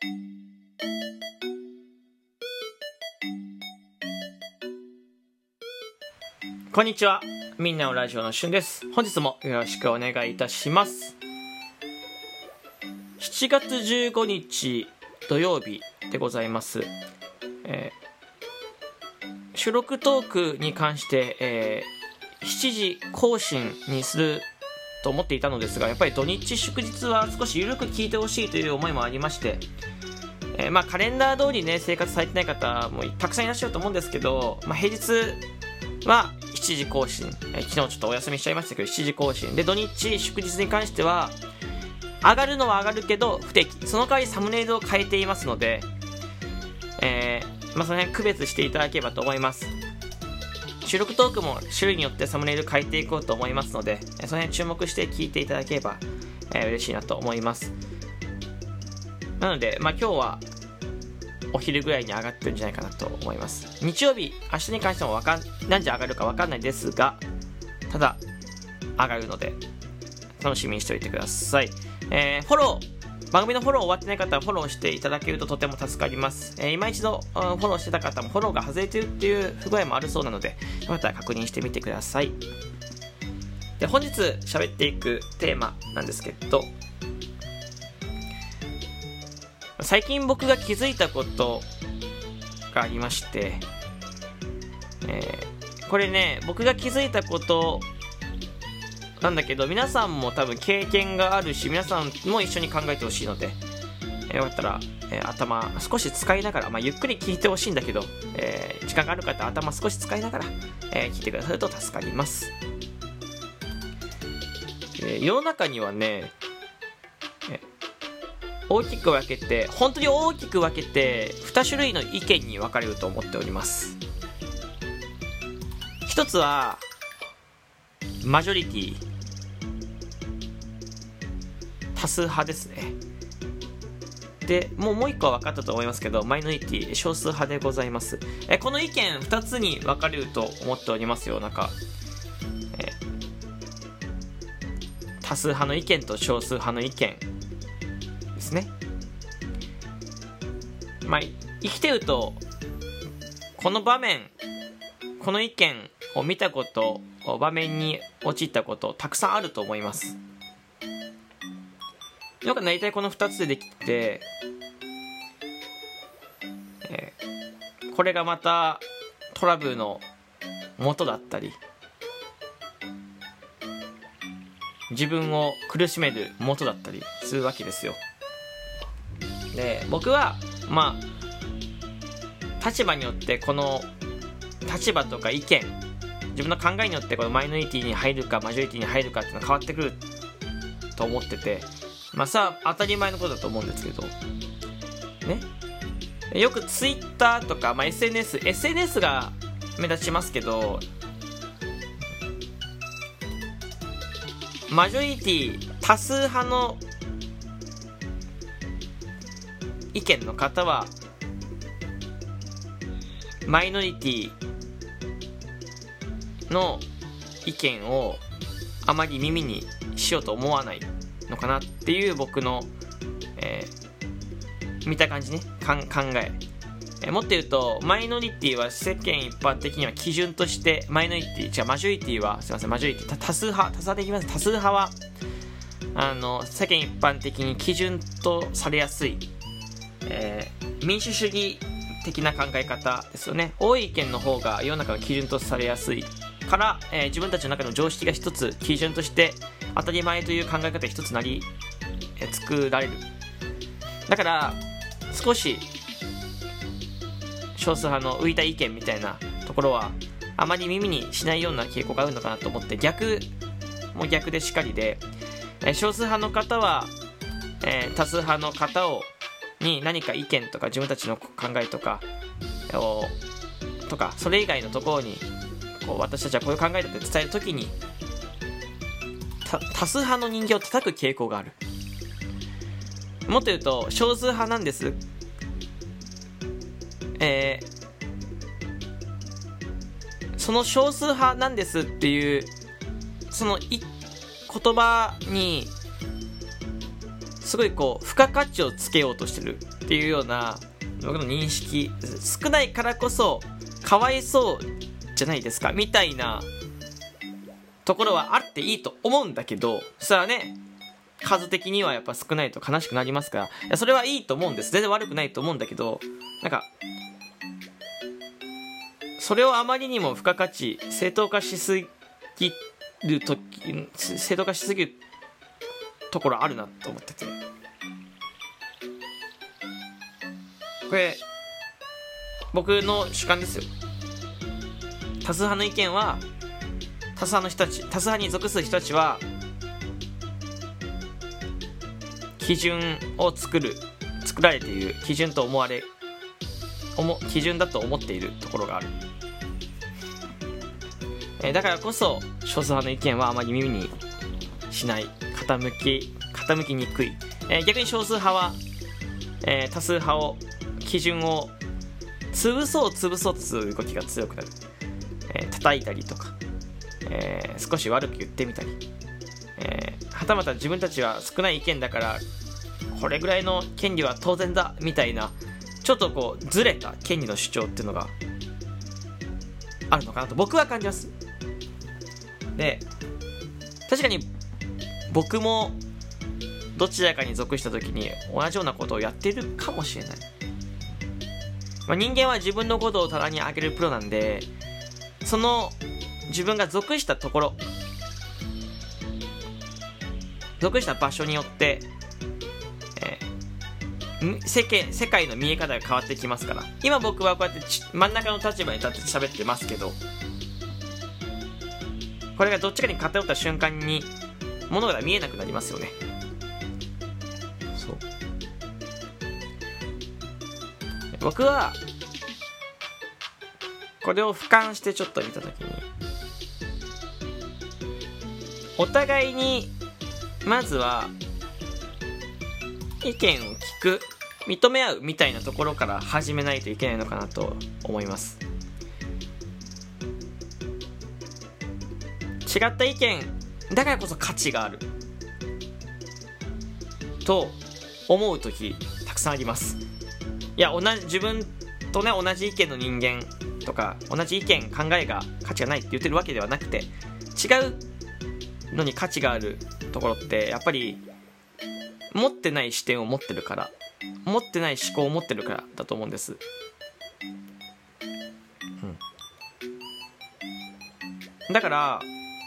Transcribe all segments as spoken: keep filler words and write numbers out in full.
こんにちは、みんなのラジオのしゅんです。本日もよろしくお願いいたします。しちがつじゅうごにち土曜日でございます。えー、収録トークに関して、えー、しちじ更新にすると思っていたのですが、やっぱり土日祝日は少し緩く聞いてほしいという思いもありまして、えーまあ、カレンダー通りね生活されてない方もたくさんいらっしゃると思うんですけど、まあ、平日はしちじ更新、えー、昨日ちょっとお休みしちゃいましたけどしちじ更新で、土日祝日に関しては上がるのは上がるけど不定期、その代わりサムネイルを変えていますので、えーまあ、その辺区別していただければと思います。収録トークも種類によってサムネイル変えていこうと思いますので、その辺注目して聞いていただければ、えー、嬉しいなと思います。なので、まあ、今日はお昼ぐらいに上がってるんじゃないかなと思います。日曜日、明日に関してもわかん何時上がるか分かんないですが、ただ上がるので楽しみにしておいてください。えー、フォロー番組のフォロー終わってない方はフォローしていただけるととても助かります。えー、今一度フォローしてた方もフォローが外れてるっていう不具合もあるそうなので、よかったら確認してみてください。で、本日喋っていくテーマなんですけど、最近僕が気づいたことがありまして、えー、これね僕が気づいたことなんだけど、皆さんも多分経験があるし、皆さんも一緒に考えてほしいので、えー、よかったら、えー、頭少し使いながら、まあ、ゆっくり聞いてほしいんだけど、えー、時間がある方は頭少し使いながら、えー、聞いてくださると助かります。えー、世の中にはね、えー、大きく分けて本当に大きく分けてに種類の意見に分かれると思っております。一つはマジョリティ、多数派ですね。でもうもう一個は分かったと思いますけど、マイノリティ、少数派でございます。えこの意見ふたつに分かれると思っておりますよ。なんか、え多数派の意見と少数派の意見ですね。まあ生きてるとこの場面、この意見を見たこと、場面に陥ったことたくさんあると思います。よく大体このふたつでできて、えー、これがまたトラブルの元だったり、自分を苦しめる元だったりするわけですよ。で、僕はまあ立場によってこの立場とか意見、自分の考えによってこのマイノリティに入るかマジョリティに入るかっていうのは変わってくると思ってて、まあさ当たり前のことだと思うんですけどね。よくツイッターとか、まあ、エスエヌエス エスエヌエス が目立ちますけど、マジョリティ多数派の意見の方はマイノリティの意見をあまり耳にしようと思わないのかなっていう僕の、えー、見た感じね、かん考ええー、もっと言うとマイノリティは世間一般的には基準として、マイノリティ違うマジョリティはすいませんマジョリティ多数派多数派でいきます。多数派はあの世間一般的に基準とされやすい、えー、民主主義的な考え方ですよね。多い意見の方が世の中の基準とされやすいから、えー、自分たちの中の常識が一つ基準として当たり前という考え方が一つなり、えー、作られる。だから少し少数派の浮いた意見みたいなところはあまり耳にしないような傾向があるのかなと思って、逆も逆でしかりで、えー、少数派の方は、えー、多数派の方をに何か意見とか自分たちの考えとかとかそれ以外のところにこう私たちはこういう考えだって伝えるときに多数派の人間を叩く傾向がある。もっと言うと少数派なんです、えー、その少数派なんですっていうそのい言葉にすごいこう付加価値をつけようとしてるっていうような僕の認識、少ないからこそかわいそうじゃないですかみたいなところはあっていいと思うんだけど、それはね数的にはやっぱ少ないと悲しくなりますから、いやそれはいいと思うんです、全然悪くないと思うんだけど、なんかそれをあまりにも付加価値正当化しすぎるとき正当化しすぎるところあるなと思ってて、これ僕の主観ですよ。多数派の意見は、多数派の人たち多数派に属する人たちは基準を作る作られている基準と思われ思基準だと思っているところがある、えー、だからこそ少数派の意見はあまり耳にしない、傾き傾きにくい、えー、逆に少数派は、えー、多数派を基準を潰そう潰そうとする動きが強くなる、えー、叩いたりとか、えー、少し悪く言ってみたり、えー、はたまた自分たちは少ない意見だからこれぐらいの権利は当然だみたいな、ちょっとこうずれた権利の主張っていうのがあるのかなと僕は感じます。で、確かに僕もどちらかに属した時に同じようなことをやっているかもしれない、まあ、人間は自分のことを棚に上げるプロなんで、その自分が属したところ属した場所によって、えー、世間世界の見え方が変わってきますから、今僕はこうやって真ん中の立場に立って喋ってますけど、これがどっちかに偏った瞬間に物事が見えなくなりますよね。そう僕はこれを俯瞰してちょっと見たときに、お互いにまずは意見を聞く、認め合うみたいなところから始めないといけないのかなと思います。違った意見だからこそ価値があると思うときたくさんあります。いや同じ自分とね同じ意見の人間とか同じ意見考えが価値がないって言ってるわけではなくて、違うのに価値があるところってやっぱり持ってない視点を持ってるから、持ってない思考を持ってるからだと思うんです、うん、だからや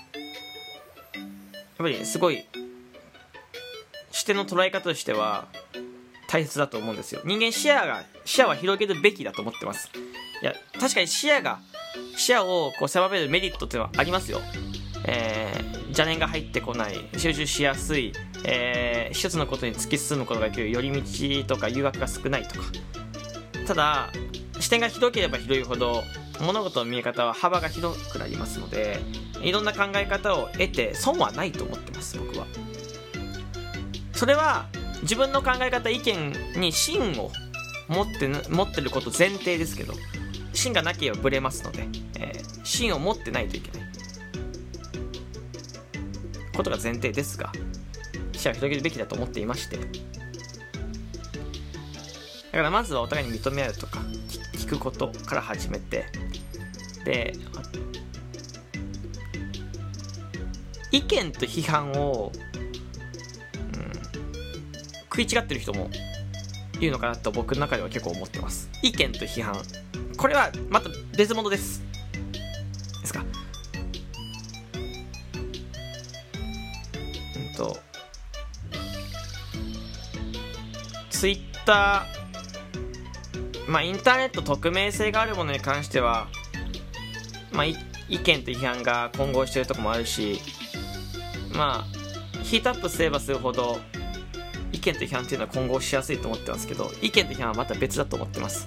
っぱりすごい視点の捉え方としては大切だと思うんですよ。人間視野が視野は広げるべきだと思ってます。いや確かに視野が視野をこう狭めるメリットっていうのはありますよ。えー、邪念が入ってこない、集中しやすい、えー、一つのことに突き進むことができる、寄り道とか誘惑が少ないとか。ただ視点が広ければ広いほど物事の見え方は幅が広くなりますので、いろんな考え方を得て損はないと思ってます僕は。それは自分の考え方意見に芯を持って持ってること前提ですけど、芯がなければブレますので、えー、芯を持ってないといけないことが前提ですが、視野を広げるべきだと思っていまして、だからまずはお互いに認め合うとか聞くことから始めて、で意見と批判を、うん、食い違ってる人もいるのかなと僕の中では結構思ってます。意見と批判、これはまた別物ですですか。うんとツイッター、まあインターネット匿名性があるものに関しては、まあ意見と批判が混合しているところもあるし、まあヒートアップすればするほど意見と批判っていうのは混合しやすいと思ってますけど、意見と批判はまた別だと思ってます。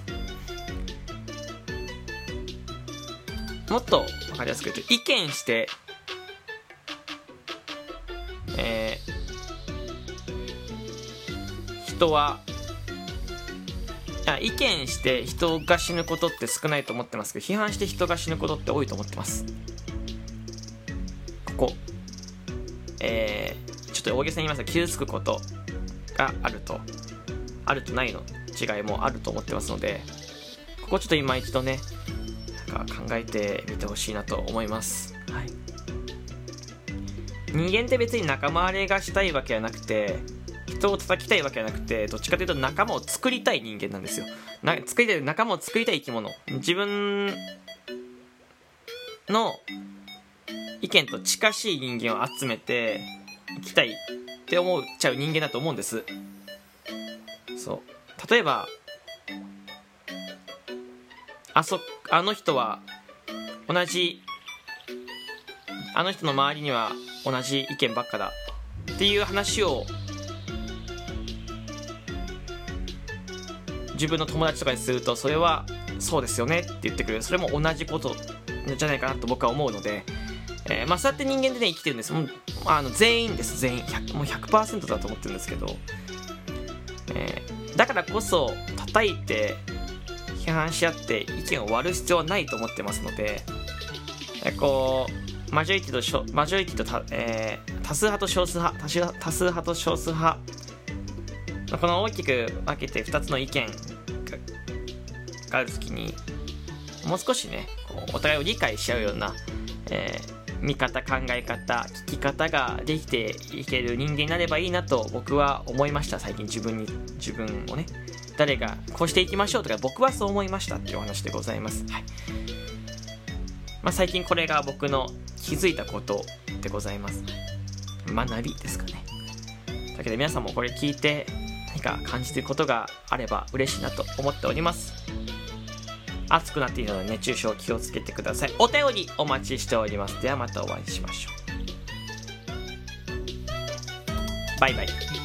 もっと分かりやすく言うと、意見して、えー、人はいや意見して人が死ぬことって少ないと思ってますけど、批判して人が死ぬことって多いと思ってます。ここ、えー、ちょっと大げさに言いますが傷つくこと、 があるとあるとないの違いもあると思ってますので、ここちょっと今一度ねなんか考えてみてほしいなと思います。はい、人間って別に仲間割れがしたいわけじゃなくて、人を叩きたいわけじゃなくて、どっちかというと仲間を作りたい人間なんですよ。な作りたい仲間を作りたい生き物、自分の意見と近しい人間を集めていきたいって思っちゃう人間だと思うんです。そう例えばあそあの人は同じあの人の周りには同じ意見ばっかだっていう話を自分の友達とかにすると、それはそうですよねって言ってくれる。それも同じことじゃないかなと僕は思うので、えー、まあそうやって人間でね生きてるんです。もうあの全員です全員ひゃくもう ひゃくパーセント だと思ってるんですけど、えー、だからこそ叩いて批判し合って意見を割る必要はないと思ってますので、えー、こうマジョリティとマジョリティとた、えー、多数派と少数派多数多数派と少数派、この大きく分けてふたつの意見があるときに、もう少しねこうお互いを理解し合うような、えー、見方考え方聞き方ができていける人間になればいいなと僕は思いました。最近自分に自分をね、誰がこうしていきましょうとか僕はそう思いましたっていうお話でございます。はい、まあ、最近これが僕の気づいたことでございます。学びですかね。だけど皆さんもこれ聞いて何か感じていることがあれば嬉しいなと思っております。暑くなっているので熱中症気をつけてください。お便りお待ちしております。ではまたお会いしましょう。バイバイ。